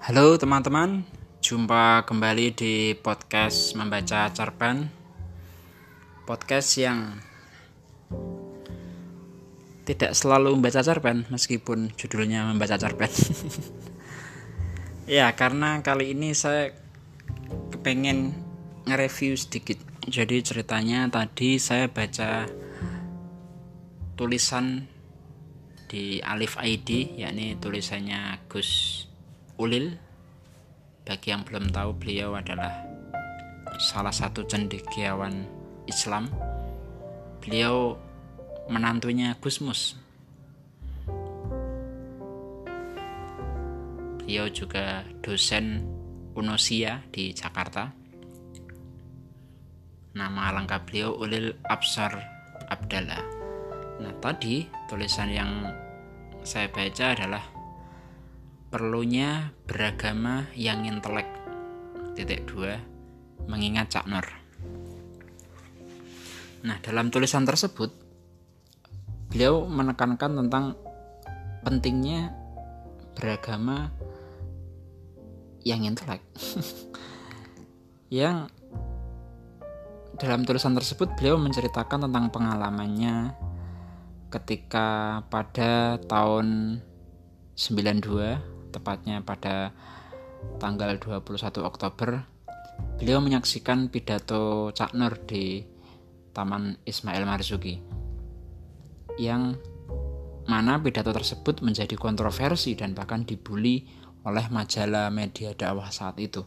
Halo teman-teman, jumpa kembali di podcast Membaca Cerpen. Podcast yang tidak selalu membaca cerpen meskipun judulnya membaca cerpen. Ya, karena kali ini saya kepengen nge-review sedikit. Jadi ceritanya tadi saya baca tulisan di Alif ID, yakni tulisannya Gus Ulil. Bagi yang belum tahu, beliau adalah salah satu cendekiawan Islam. Beliau menantunya Gus Mus. Beliau juga dosen Unosia di Jakarta. Nama lengkap beliau Ulil Absar Abdallah. Nah, tadi tulisan yang saya baca adalah perlunya beragama yang intelek. (2) Mengingat Cak Nur. Nah, dalam tulisan tersebut beliau menekankan tentang pentingnya beragama yang intelek. Yang dalam tulisan tersebut beliau menceritakan tentang pengalamannya ketika pada tahun 92, tepatnya pada tanggal 21 Oktober, beliau menyaksikan pidato Cak Nur di Taman Ismail Marzuki, yang mana pidato tersebut menjadi kontroversi dan bahkan dibully oleh majalah media dakwah saat itu.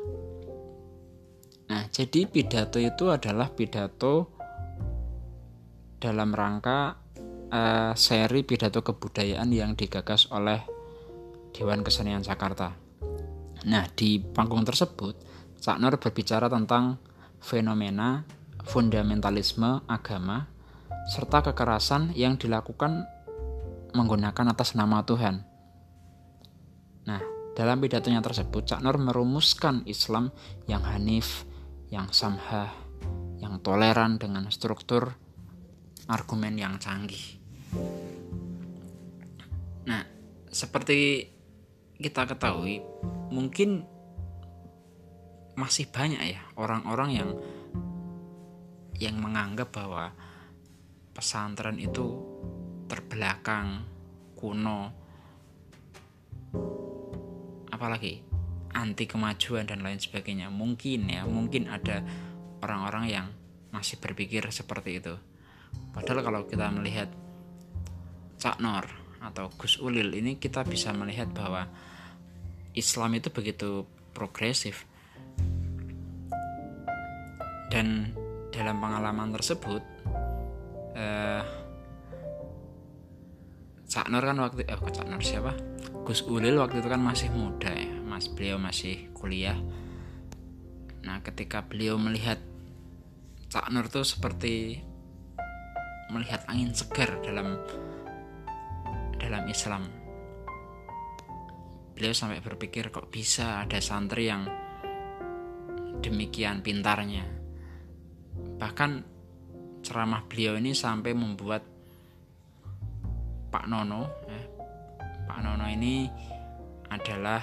Nah, jadi pidato itu adalah pidato dalam rangka seri pidato kebudayaan yang digagas oleh Dewan Kesenian Jakarta. Nah, di panggung tersebut Cak Nur berbicara tentang fenomena fundamentalisme agama serta kekerasan yang dilakukan menggunakan atas nama Tuhan. Nah, dalam pidatonya tersebut Cak Nur merumuskan Islam yang hanif, yang samhah, yang toleran dengan struktur argumen yang canggih. Nah, seperti kita ketahui, mungkin masih banyak ya orang-orang yang menganggap bahwa pesantren itu terbelakang, kuno, apalagi anti kemajuan dan lain sebagainya. Mungkin ada orang-orang yang masih berpikir seperti itu. Padahal kalau kita melihat Cak Nur atau Gus Ulil ini, kita bisa melihat bahwa Islam itu begitu progresif. Dan dalam pengalaman tersebut Cak Nur kan Gus Ulil waktu itu kan masih muda ya, beliau masih kuliah. Nah, ketika beliau melihat Cak Nur itu seperti melihat angin segar dalam Islam. Beliau sampai berpikir, kok bisa ada santri yang demikian pintarnya. Bahkan ceramah beliau ini sampai membuat Pak Nono ini adalah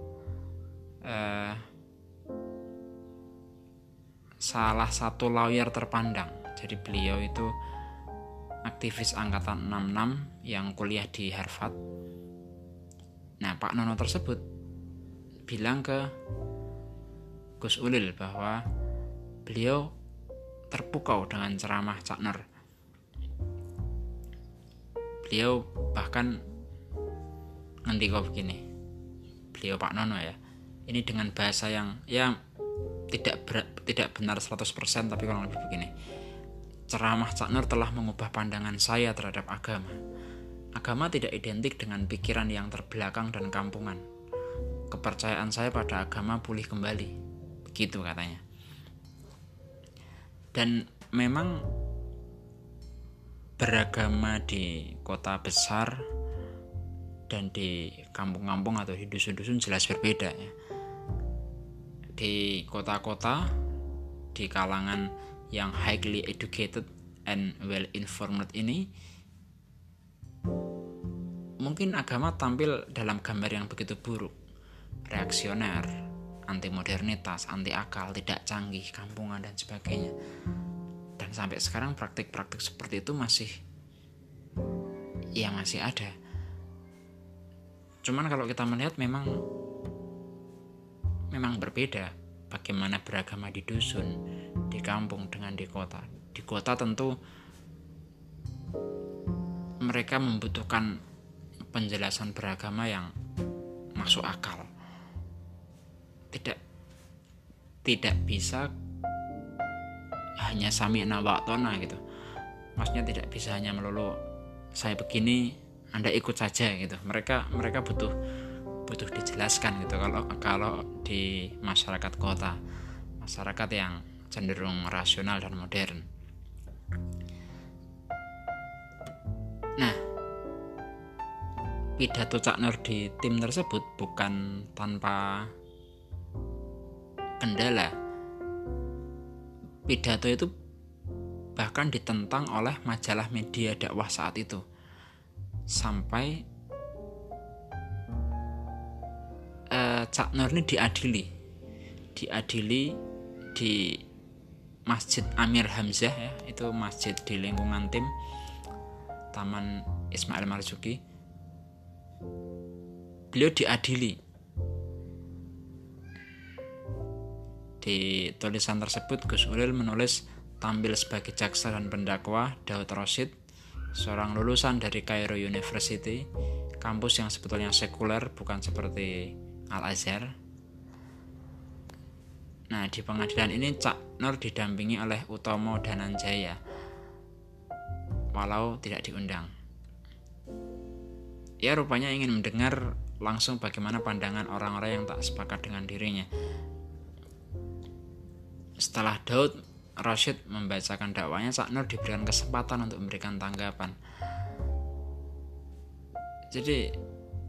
salah satu lawyer terpandang. Jadi beliau itu aktivis angkatan 66 yang kuliah di Harvard. Nah, Pak Nono tersebut bilang ke Gus Ulil bahwa beliau terpukau dengan ceramah Cak Nur. Beliau bahkan ngendika begini, beliau Pak Nono ya, ini dengan bahasa yang tidak benar 100%, tapi kurang lebih begini. Ceramah Cak Nur telah mengubah pandangan saya terhadap agama. Agama tidak identik dengan pikiran yang terbelakang dan kampungan. Kepercayaan saya pada agama pulih kembali. Begitu katanya. Dan memang beragama di kota besar dan di kampung-kampung atau di dusun-dusun jelas berbeda ya. Di kota-kota, di kalangan yang highly educated and well informed ini, mungkin agama tampil dalam gambar yang begitu buruk. reaksioner, anti modernitas, anti akal, tidak canggih, kampungan dan sebagainya. Dan sampai sekarang praktik-praktik seperti itu masih ada. Cuman kalau kita melihat memang berbeda bagaimana beragama di dusun, di kampung dengan di kota. Di kota tentu mereka membutuhkan penjelasan beragama yang masuk akal. Tidak bisa hanya sami'na wa ata'na gitu. Maksudnya tidak bisa hanya melulu saya begini, Anda ikut saja gitu. Mereka butuh dijelaskan gitu. Kalau di masyarakat kota, masyarakat yang cenderung rasional dan modern. Nah, pidato Cak Nur di tim tersebut bukan tanpa kendala. Pidato itu bahkan ditentang oleh majalah media dakwah saat itu, sampai Cak Nur ini diadili di Masjid Amir Hamzah ya, itu masjid di lingkungan tim Taman Ismail Marzuki. Beliau diadili. Di tulisan tersebut Gus Ulil menulis tampil sebagai jaksa dan pendakwa Daud Rosid, seorang lulusan dari Cairo University, kampus yang sebetulnya sekuler bukan seperti Al-Azhar. Nah, di pengadilan ini Cak Nur didampingi oleh Utomo Dananjaya, walau tidak diundang. Ia rupanya ingin mendengar langsung bagaimana pandangan orang-orang yang tak sepakat dengan dirinya. Setelah Daud Rosid membacakan dakwanya, Cak Nur diberikan kesempatan untuk memberikan tanggapan. Jadi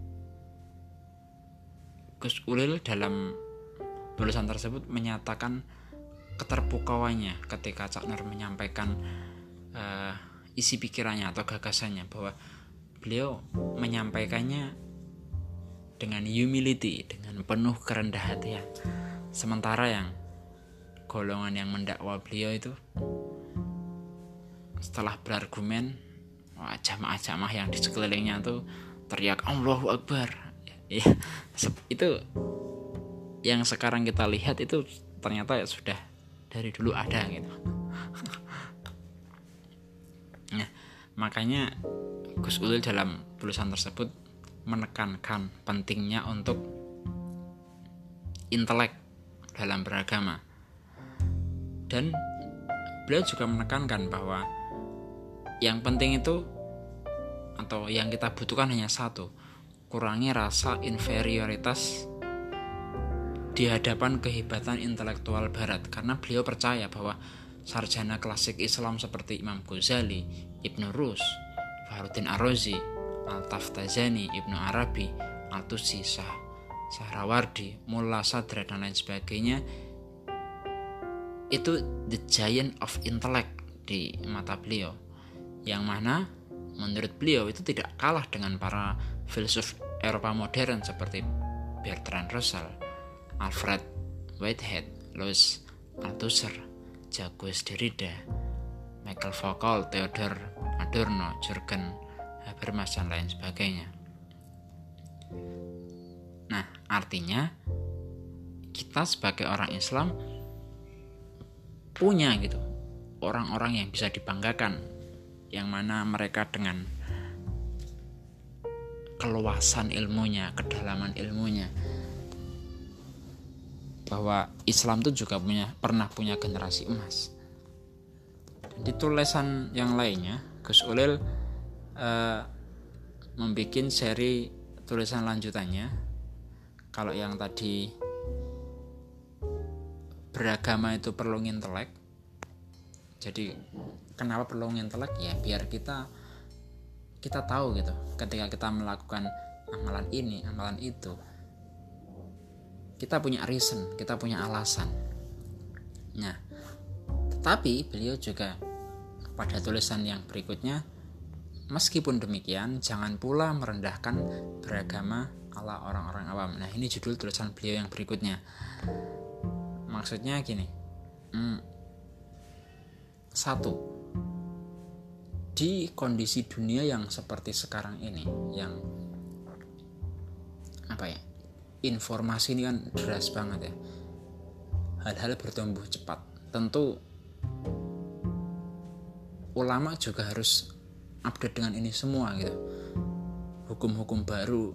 Gus Ulil dalam tulisan tersebut menyatakan keterpukauannya ketika Cak Nur menyampaikan isi pikirannya atau gagasannya, bahwa beliau menyampaikannya dengan humility, dengan penuh kerendah hatian. Sementara yang golongan yang mendakwa beliau itu setelah berargumen, jamaah-jamaah yang di sekelilingnya tuh teriak Allahu Akbar. Ya, itu yang sekarang kita lihat itu ternyata sudah dari dulu ada gitu. Nah, makanya Gus Ulil dalam tulisan tersebut menekankan pentingnya untuk intelek dalam beragama. Dan beliau juga menekankan bahwa yang penting itu atau yang kita butuhkan hanya satu, kurangi rasa inferioritas di hadapan kehebatan intelektual Barat, karena beliau percaya bahwa sarjana klasik Islam seperti Imam Ghazali, Ibnu Rus, Fakhruddin Ar-Razi, Al-Taftazani, Ibnu Arabi, Al-Tusi, Sahrawardi, Mulla Sadra dan lain sebagainya, itu the giant of intellect di mata beliau, yang mana menurut beliau itu tidak kalah dengan para filsuf Eropa modern seperti Bertrand Russell, Alfred Whitehead, Louis Althusser, Jacques Derrida, Michael Foucault, Theodor Adorno, Jürgen Habermas dan lain sebagainya. Nah, artinya kita sebagai orang Islam punya gitu orang-orang yang bisa dibanggakan, yang mana mereka dengan keluasan ilmunya, kedalaman ilmunya, bahwa Islam itu juga pernah punya generasi emas. Di tulisan yang lainnya, Gus Ulil membuat seri tulisan lanjutannya. Kalau yang tadi beragama itu perlu intelek, jadi kenapa perlu intelek? Ya biar kita tahu gitu, ketika kita melakukan amalan ini, amalan itu, kita punya reason, kita punya alasan. Nah, tetapi beliau juga pada tulisan yang berikutnya, meskipun demikian, jangan pula merendahkan beragama ala orang-orang awam. Nah, ini judul tulisan beliau yang berikutnya. Maksudnya gini, satu, di kondisi dunia yang seperti sekarang ini, yang informasi ini kan deras banget ya, hal-hal bertumbuh cepat. Tentu ulama juga harus update dengan ini semua gitu. Hukum-hukum baru,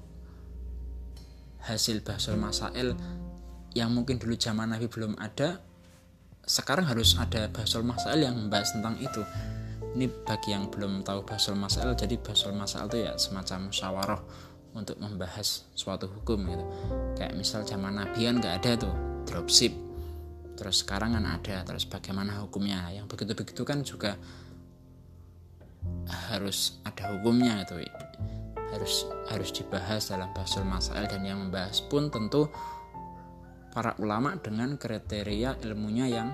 hasil bahsul masail yang mungkin dulu zaman Nabi belum ada, sekarang harus ada bahsul masail yang membahas tentang itu. Ini bagi yang belum tahu bahsul masail, jadi bahsul masail itu ya semacam musyawarah untuk membahas suatu hukum gitu. Kayak misal zaman Nabi kan gak ada tuh dropship, terus sekarang kan ada, terus bagaimana hukumnya, yang begitu-begitu kan juga harus ada hukumnya itu, harus dibahas dalam bahsul masail. Dan yang membahas pun tentu para ulama dengan kriteria ilmunya yang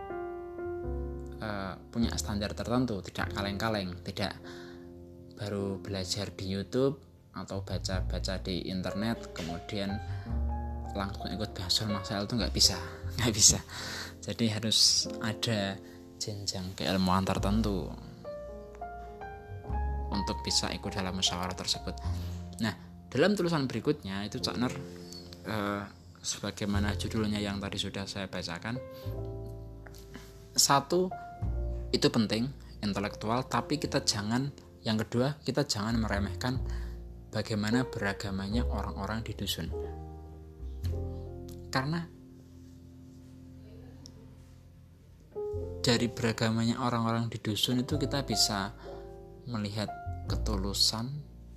punya standar tertentu, tidak kaleng-kaleng, tidak baru belajar di YouTube atau baca-baca di internet kemudian langsung ikut bahsul masail, itu nggak bisa. Jadi harus ada jenjang keilmuan tertentu untuk bisa ikut dalam musyawarah tersebut. Nah, dalam tulisan berikutnya itu Cak Ner, sebagaimana judulnya yang tadi sudah saya bacakan, satu, itu penting, intelektual, tapi yang kedua, kita jangan meremehkan bagaimana beragamanya orang-orang di dusun. Karena dari beragamanya orang-orang di dusun itu kita bisa melihat ketulusan,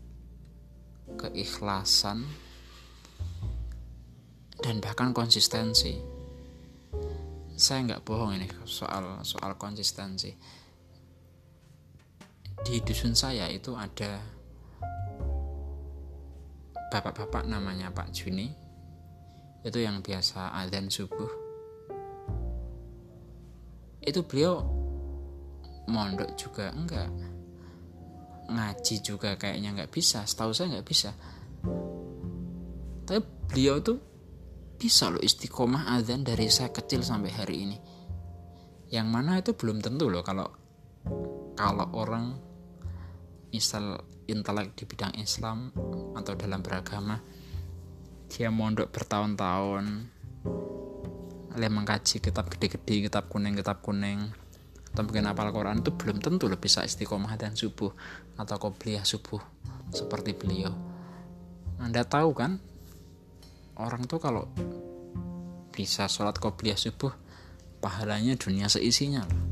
keikhlasan, dan bahkan konsistensi. Saya nggak bohong ini soal konsistensi. Di dusun saya itu ada bapak-bapak namanya Pak Juni, itu yang biasa adzan subuh. Itu beliau mondok juga enggak, ngaji juga kayaknya nggak bisa, setahu saya nggak bisa. Tapi beliau tuh bisa loh istiqomah adzan dari saya kecil sampai hari ini. Yang mana itu belum tentu loh kalau orang misal intelek di bidang Islam atau dalam beragama, dia mondok bertahun-tahun, mengkaji kitab gede-gede, kitab kuning, atau mungkin hafal Quran, itu belum tentu loh bisa istiqomah dan subuh atau qobliyah subuh seperti beliau. Anda tahu kan, orang tuh kalau bisa sholat qobliyah subuh, pahalanya dunia seisinya loh.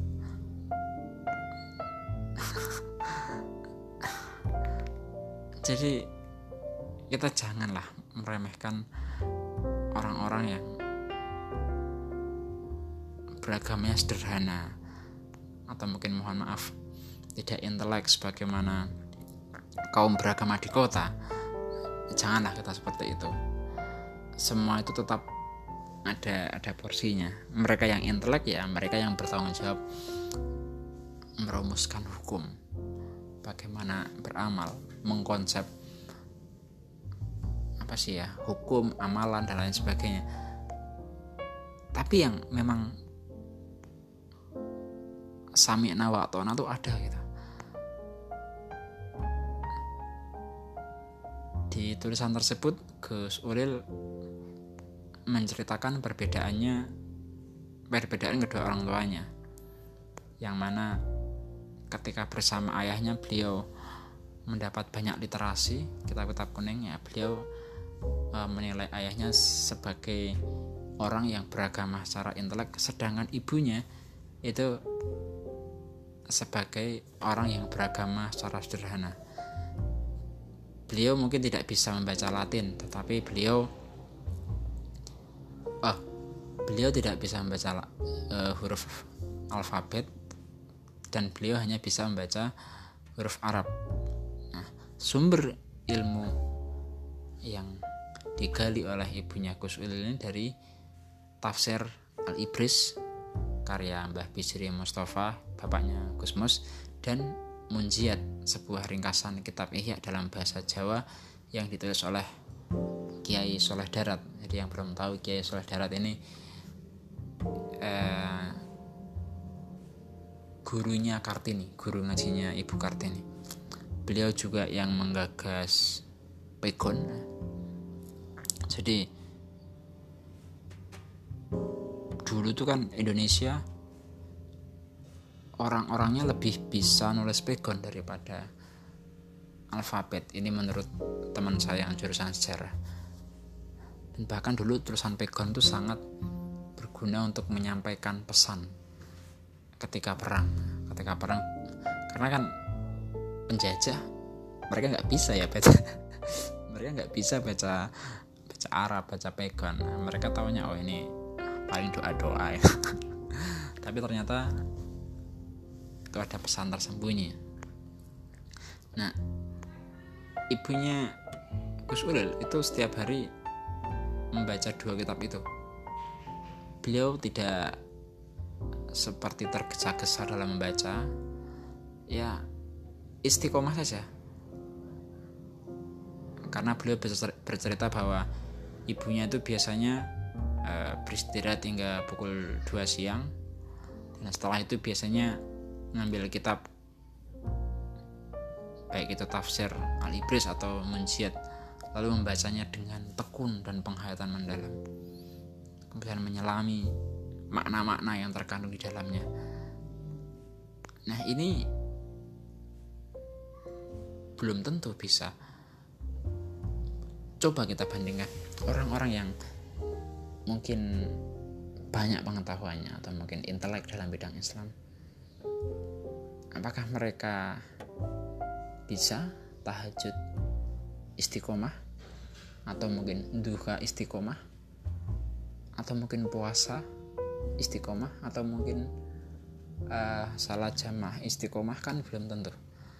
Jadi kita janganlah meremehkan orang-orang yang beragamanya sederhana, atau mungkin mohon maaf tidak intelek sebagaimana kaum beragama di kota. Janganlah kita seperti itu. Semua itu tetap ada porsinya. Mereka yang intelek ya mereka yang bertanggung jawab merumuskan hukum, bagaimana beramal, mengkonsep hukum, amalan dan lain sebagainya. Tapi yang memang sami'na wa ata'na itu ada gitu. Di tulisan tersebut Gus Ulil menceritakan perbedaan kedua orang tuanya, yang mana ketika bersama ayahnya beliau mendapat banyak literasi kitab-kitab kuning, ya beliau menilai ayahnya sebagai orang yang beragama secara intelek, sedangkan ibunya itu sebagai orang yang beragama secara sederhana. Beliau mungkin tidak bisa membaca Latin, tetapi beliau tidak bisa membaca huruf alfabet, dan beliau hanya bisa membaca huruf Arab. Nah, sumber ilmu yang digali oleh ibunya Gus Ulil ini dari tafsir Al-Ibris karya Mbah Bisri Mustafa, bapaknya Gus Mus, dan Munjiat, sebuah ringkasan kitab Ihya dalam bahasa Jawa yang ditulis oleh Kiai Soleh Darat. Jadi yang belum tahu, Kiai Soleh Darat ini gurunya Kartini, guru ngajinya Ibu Kartini. Beliau juga yang menggagas pegon. Jadi dulu tuh kan Indonesia orang-orangnya lebih bisa nulis pegon daripada alfabet. Ini menurut teman saya yang jurusan sejarah. Dan bahkan dulu tulisan pegon itu sangat berguna untuk menyampaikan pesan ketika perang. Karena kan penjajah mereka nggak bisa ya baca mereka nggak bisa baca Arab, baca pegon. Mereka taunya oh ini paling doa ya. Tapi ternyata itu ada pesan tersembunyi. Nah, ibunya Gus Ulil itu setiap hari membaca 2 kitab itu. Beliau tidak seperti tergesa-gesa dalam membaca, ya istiqomah saja. Karena beliau bercerita bahwa ibunya itu biasanya beristirahat hingga pukul 2 siang, dan setelah itu biasanya ngambil kitab, baik itu tafsir Al-Ibris atau Munjiat, lalu membacanya dengan tekun dan penghayatan mendalam, kemudian menyelami makna-makna yang terkandung di dalamnya. Nah, ini belum tentu bisa. Coba kita bandingkan orang-orang yang mungkin banyak pengetahuannya atau mungkin intelek dalam bidang Islam. Apakah mereka bisa tahajud istiqomah, atau mungkin duha istiqomah, atau mungkin puasa istiqomah, atau mungkin salat jamaah istiqomah? Kan belum tentu.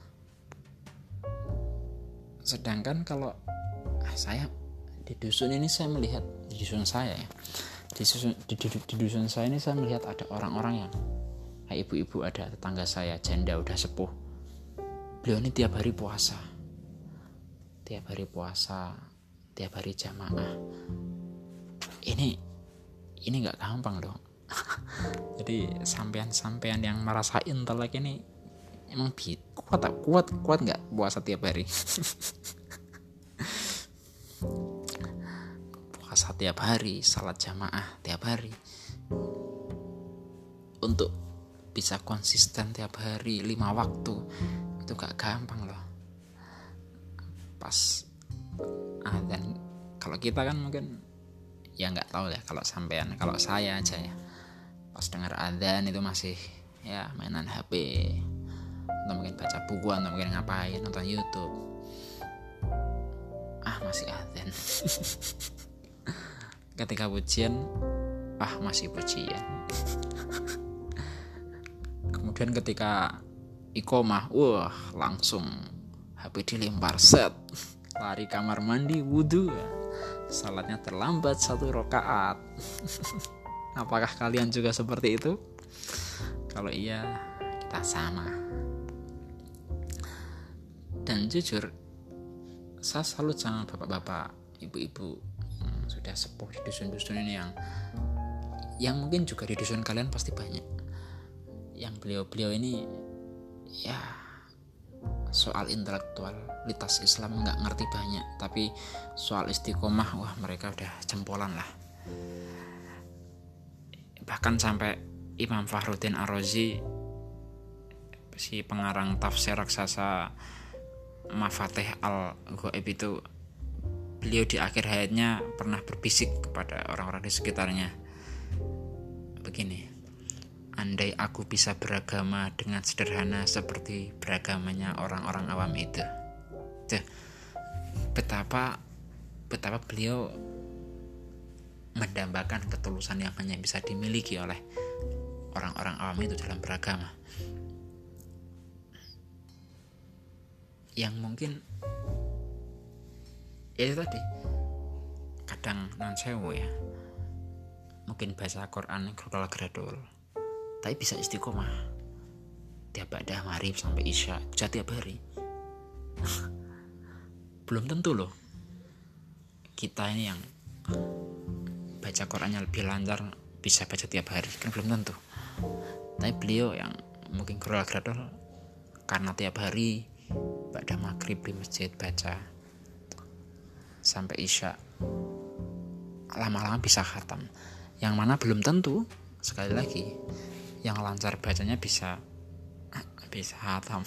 Sedangkan kalau saya di dusun ini, saya melihat di dusun saya ya, di dusun saya ini saya melihat ada orang-orang yang ibu-ibu, ada tetangga saya janda udah sepuh. Beliau ini tiap hari puasa, tiap hari jamaah. Ini nggak gampang dong. Jadi sampean yang merasa intelek ini emang kuat nggak puasa tiap hari? Puasa tiap hari, salat jamaah tiap hari, untuk bisa konsisten tiap hari 5 waktu itu gak gampang loh. Pas dan kalau kita kan mungkin ya nggak tahu ya, kalau sampean, kalau saya aja ya, pas dengar adzan itu masih ya mainan HP, atau mungkin baca buku, atau mungkin ngapain, nonton YouTube. Masih adzan. Ketika pujian masih pujian. Kemudian ketika iqomah, langsung HP dilempar, set, lari kamar mandi, wudu, salatnya terlambat 1 rakaat. Apakah kalian juga seperti itu? Kalau iya, kita sama. Dan jujur, saya salut sama bapak-bapak, ibu-ibu sudah sepuh di dusun-dusun ini, yang mungkin juga di dusun kalian pasti banyak. Yang beliau ini ya soal intelektualitas Islam nggak ngerti banyak, tapi soal istiqomah mereka udah jempolan lah. Bahkan sampai Imam Fakhruddin Ar-Razi, si pengarang tafsir raksasa Mafatih Al-Ghaib itu, beliau di akhir hayatnya pernah berbisik kepada orang-orang di sekitarnya begini: andai aku bisa beragama dengan sederhana seperti beragamanya orang-orang awam itu. Betapa beliau mendambakan ketulusan yang hanya bisa dimiliki oleh orang-orang awam itu dalam beragama. Yang mungkin itu tadi, kadang non sewu ya, mungkin baca Quran gradul, tapi bisa istiqomah tiap ba'da maghrib sampai isya, bisa tiap hari. Belum tentu loh kita ini yang baca Qurannya lebih lancar bisa baca tiap hari, kan belum tentu. Tapi beliau yang mungkin gradul karena tiap hari pada maghrib di masjid baca sampai isya, lama-lama bisa khatam. Yang mana belum tentu, sekali lagi, yang lancar bacanya bisa khatam.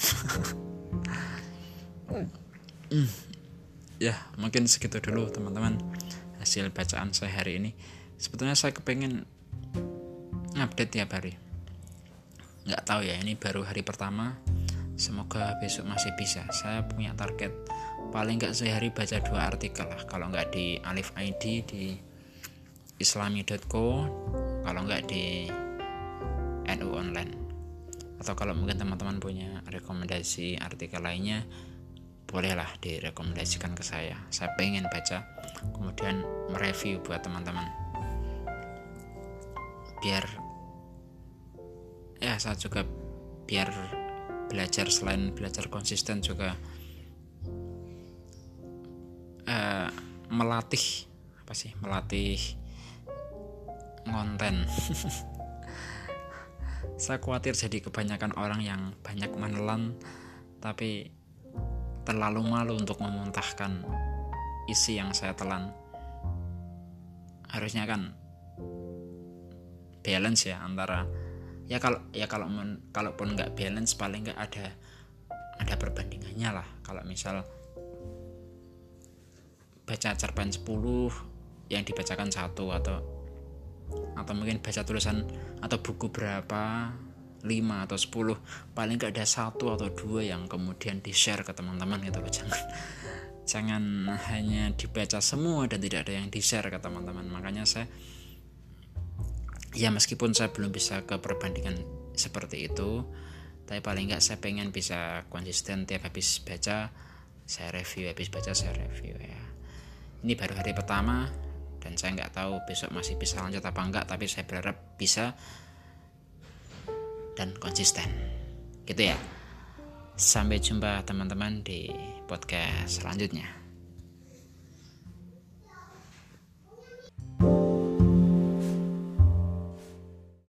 Ya mungkin segitu dulu teman-teman hasil bacaan saya hari ini. Sebetulnya saya kepengen update tiap hari, nggak tahu ya, ini baru hari pertama, semoga besok masih bisa. Saya punya target paling nggak sehari baca 2 artikel lah, kalau nggak di Alif ID, di islami.co, kalau nggak di NU Online. Atau kalau mungkin teman-teman punya rekomendasi artikel lainnya, bolehlah direkomendasikan ke saya. Saya pengen baca, kemudian mereview buat teman-teman, biar ya saya juga biar belajar, selain belajar konsisten juga melatih konten. Saya khawatir jadi kebanyakan orang yang banyak menelan tapi terlalu malu untuk memuntahkan isi yang saya telan. Harusnya kan balance ya, antara kalaupun nggak balance, paling nggak ada perbandingannya lah. Kalau misal baca cerpen 10 yang dibacakan 1, atau mungkin baca tulisan atau buku berapa 5 atau 10, paling nggak ada 1 atau 2 yang kemudian di share ke teman-teman gitu loh. Jangan hanya dibaca semua dan tidak ada yang di share ke teman-teman. Makanya saya, ya meskipun saya belum bisa ke perbandingan seperti itu, tapi paling nggak saya pengen bisa konsisten. Tiap habis baca saya review, habis baca saya review ya. Ini baru hari pertama dan saya nggak tahu besok masih bisa lanjut apa enggak, tapi saya berharap bisa dan konsisten gitu ya. Sampai jumpa teman-teman di podcast selanjutnya.